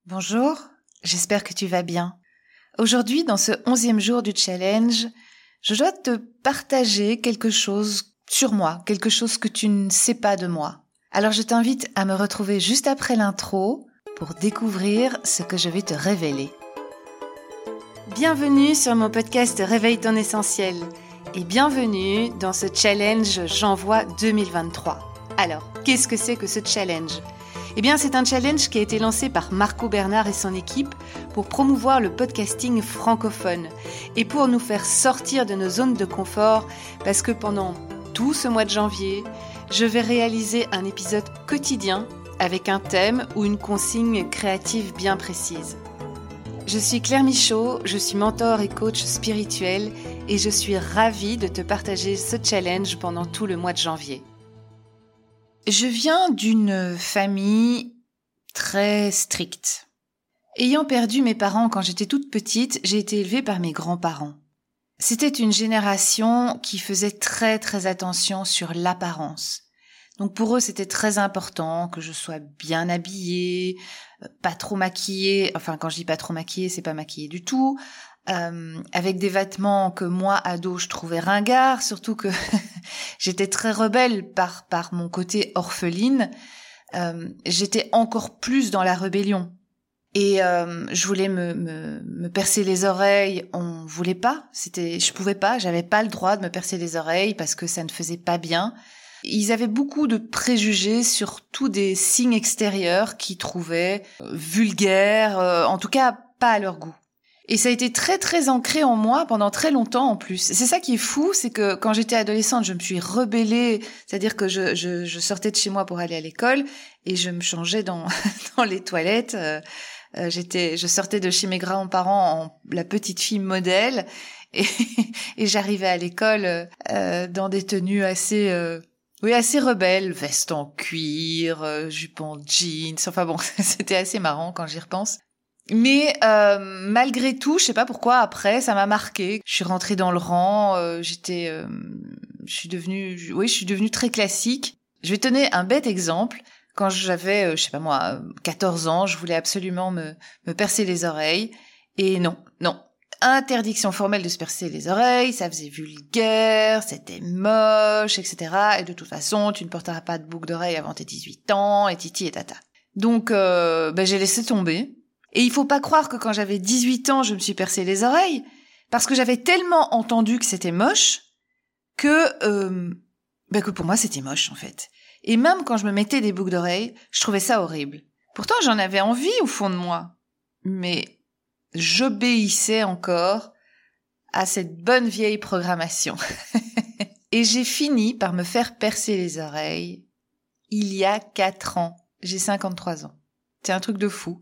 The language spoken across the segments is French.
Bonjour, j'espère que tu vas bien. Aujourd'hui, dans ce 11e jour du challenge, je dois te partager quelque chose sur moi, quelque chose que tu ne sais pas de moi. Alors je t'invite à me retrouver juste après l'intro pour découvrir ce que je vais te révéler. Bienvenue sur mon podcast Réveille ton essentiel et bienvenue dans ce challenge J'envoie 2023. Alors, qu'est-ce que c'est que ce challenge ? Eh bien, c'est un challenge qui a été lancé par Marco Bernard et son équipe pour promouvoir le podcasting francophone et pour nous faire sortir de nos zones de confort parce que pendant tout ce mois de janvier, je vais réaliser un épisode quotidien avec un thème ou une consigne créative bien précise. Je suis Claire Michaud, je suis mentor et coach spirituel et je suis ravie de te partager ce challenge pendant tout le mois de janvier. Je viens d'une famille très stricte. Ayant perdu mes parents quand j'étais toute petite, j'ai été élevée par mes grands-parents. C'était une génération qui faisait très très attention sur l'apparence. Donc pour eux, c'était très important que je sois bien habillée, pas trop maquillée. Enfin, quand je dis pas trop maquillée, c'est pas maquillée du tout. Avec des vêtements que moi, ado, je trouvais ringards, surtout que j'étais très rebelle par mon côté orpheline. J'étais encore plus dans la rébellion. Et je voulais me percer les oreilles, on voulait pas, je pouvais pas, j'avais pas le droit de me percer les oreilles parce que ça ne faisait pas bien. Ils avaient beaucoup de préjugés sur tous des signes extérieurs qu'ils trouvaient vulgaires, en tout cas pas à leur goût. Et ça a été très très ancré en moi pendant très longtemps en plus. C'est ça qui est fou, c'est que quand j'étais adolescente, je me suis rebellée, c'est-à-dire que je sortais de chez moi pour aller à l'école et je me changeais dans les toilettes. Je sortais de chez mes grands-parents en la petite fille modèle et j'arrivais à l'école dans des tenues assez rebelles, veste en cuir, jupe en jeans. Enfin bon, c'était assez marrant quand j'y repense. Mais malgré tout, je sais pas pourquoi, après, ça m'a marqué. Je suis rentrée dans le rang, je suis devenue très classique. Je vais te donner un bête exemple. Quand j'avais, 14 ans, je voulais absolument me percer les oreilles. Et non. Interdiction formelle de se percer les oreilles, ça faisait vulgaire, c'était moche, etc. Et de toute façon, tu ne porteras pas de boucle d'oreille avant tes 18 ans, et titi et tata. Donc, j'ai laissé tomber. Et il faut pas croire que quand j'avais 18 ans, je me suis percé les oreilles, parce que j'avais tellement entendu que c'était moche, que pour moi c'était moche en fait. Et même quand je me mettais des boucles d'oreilles, je trouvais ça horrible. Pourtant j'en avais envie au fond de moi, mais j'obéissais encore à cette bonne vieille programmation. Et j'ai fini par me faire percer les oreilles il y a 4 ans. J'ai 53 ans. C'est un truc de fou.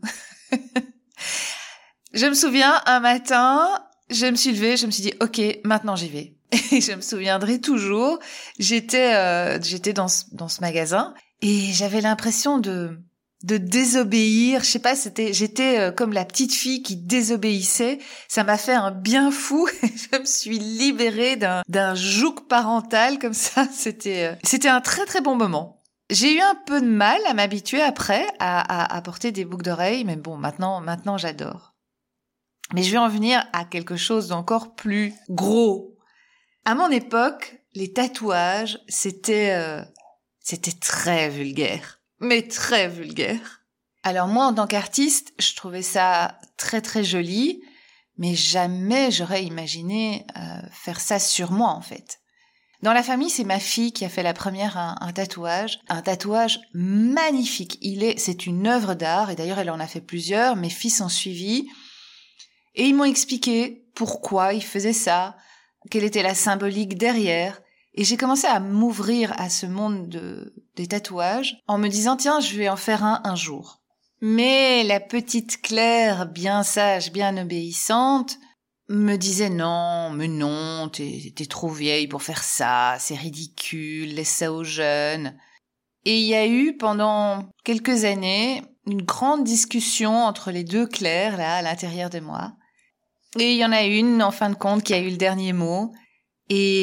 Je me souviens, un matin, je me suis levée, je me suis dit, ok, maintenant j'y vais. Et je me souviendrai toujours, j'étais dans ce magasin et j'avais l'impression de désobéir. Je sais pas, j'étais comme la petite fille qui désobéissait. Ça m'a fait un bien fou. Je me suis libérée d'un joug parental comme ça. C'était un très très bon moment. J'ai eu un peu de mal à m'habituer après à porter des boucles d'oreilles, mais bon, maintenant j'adore. Mais je vais en venir à quelque chose d'encore plus gros. À mon époque, les tatouages, c'était très vulgaire, mais très vulgaire. Alors moi, en tant qu'artiste, je trouvais ça très très joli, mais jamais j'aurais imaginé faire ça sur moi en fait. Dans la famille, c'est ma fille qui a fait la première un tatouage magnifique. C'est une œuvre d'art et d'ailleurs elle en a fait plusieurs. Mes fils ont suivi et ils m'ont expliqué pourquoi ils faisaient ça, quelle était la symbolique derrière. Et j'ai commencé à m'ouvrir à ce monde des tatouages en me disant tiens, je vais en faire un jour. Mais la petite Claire, bien sage, bien obéissante, me disait non, mais non, t'es trop vieille pour faire ça, c'est ridicule, laisse ça aux jeunes. Et il y a eu pendant quelques années une grande discussion entre les deux Claires là à l'intérieur de moi. Et il y en a une en fin de compte qui a eu le dernier mot.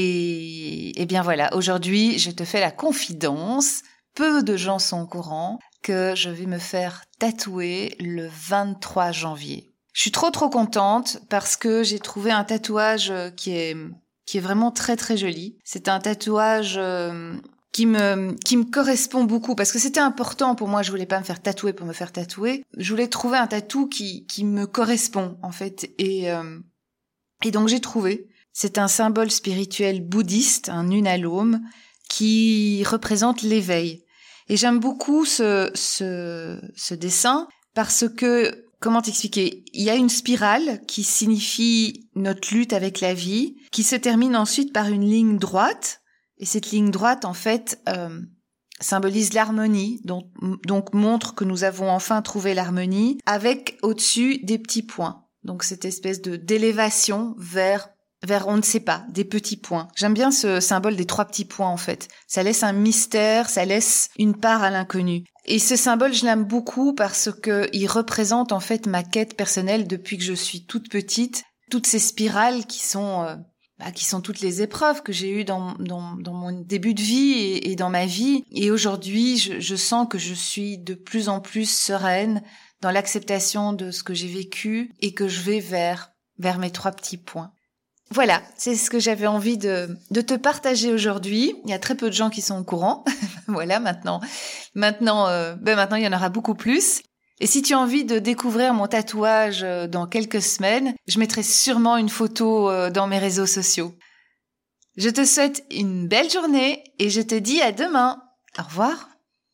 Et bien voilà, aujourd'hui je te fais la confidence. Peu de gens sont au courant. que je vais me faire tatouer le 23 janvier. Je suis trop contente parce que j'ai trouvé un tatouage qui est vraiment très très joli. C'est un tatouage qui me correspond beaucoup parce que c'était important pour moi. Je voulais pas me faire tatouer pour me faire tatouer. Je voulais trouver un tatou qui me correspond en fait et donc j'ai trouvé. C'est un symbole spirituel bouddhiste, un unalome qui représente l'éveil. Et j'aime beaucoup ce dessin parce que, comment t'expliquer, il y a une spirale qui signifie notre lutte avec la vie, qui se termine ensuite par une ligne droite. Et cette ligne droite, en fait, symbolise l'harmonie, donc montre que nous avons enfin trouvé l'harmonie, avec au-dessus des petits points. Donc cette espèce d'élévation vers on ne sait pas, des petits points. J'aime bien ce symbole des 3 petits points en fait. Ça laisse un mystère, ça laisse une part à l'inconnu. Et ce symbole, je l'aime beaucoup parce que il représente en fait ma quête personnelle depuis que je suis toute petite. Toutes ces spirales qui sont toutes les épreuves que j'ai eues dans mon début de vie et dans ma vie. Et aujourd'hui, je sens que je suis de plus en plus sereine dans l'acceptation de ce que j'ai vécu et que je vais vers mes 3 petits points. Voilà, c'est ce que j'avais envie de te partager aujourd'hui. Il y a très peu de gens qui sont au courant. Voilà, maintenant, il y en aura beaucoup plus. Et si tu as envie de découvrir mon tatouage dans quelques semaines, je mettrai sûrement une photo dans mes réseaux sociaux. Je te souhaite une belle journée et je te dis à demain. Au revoir.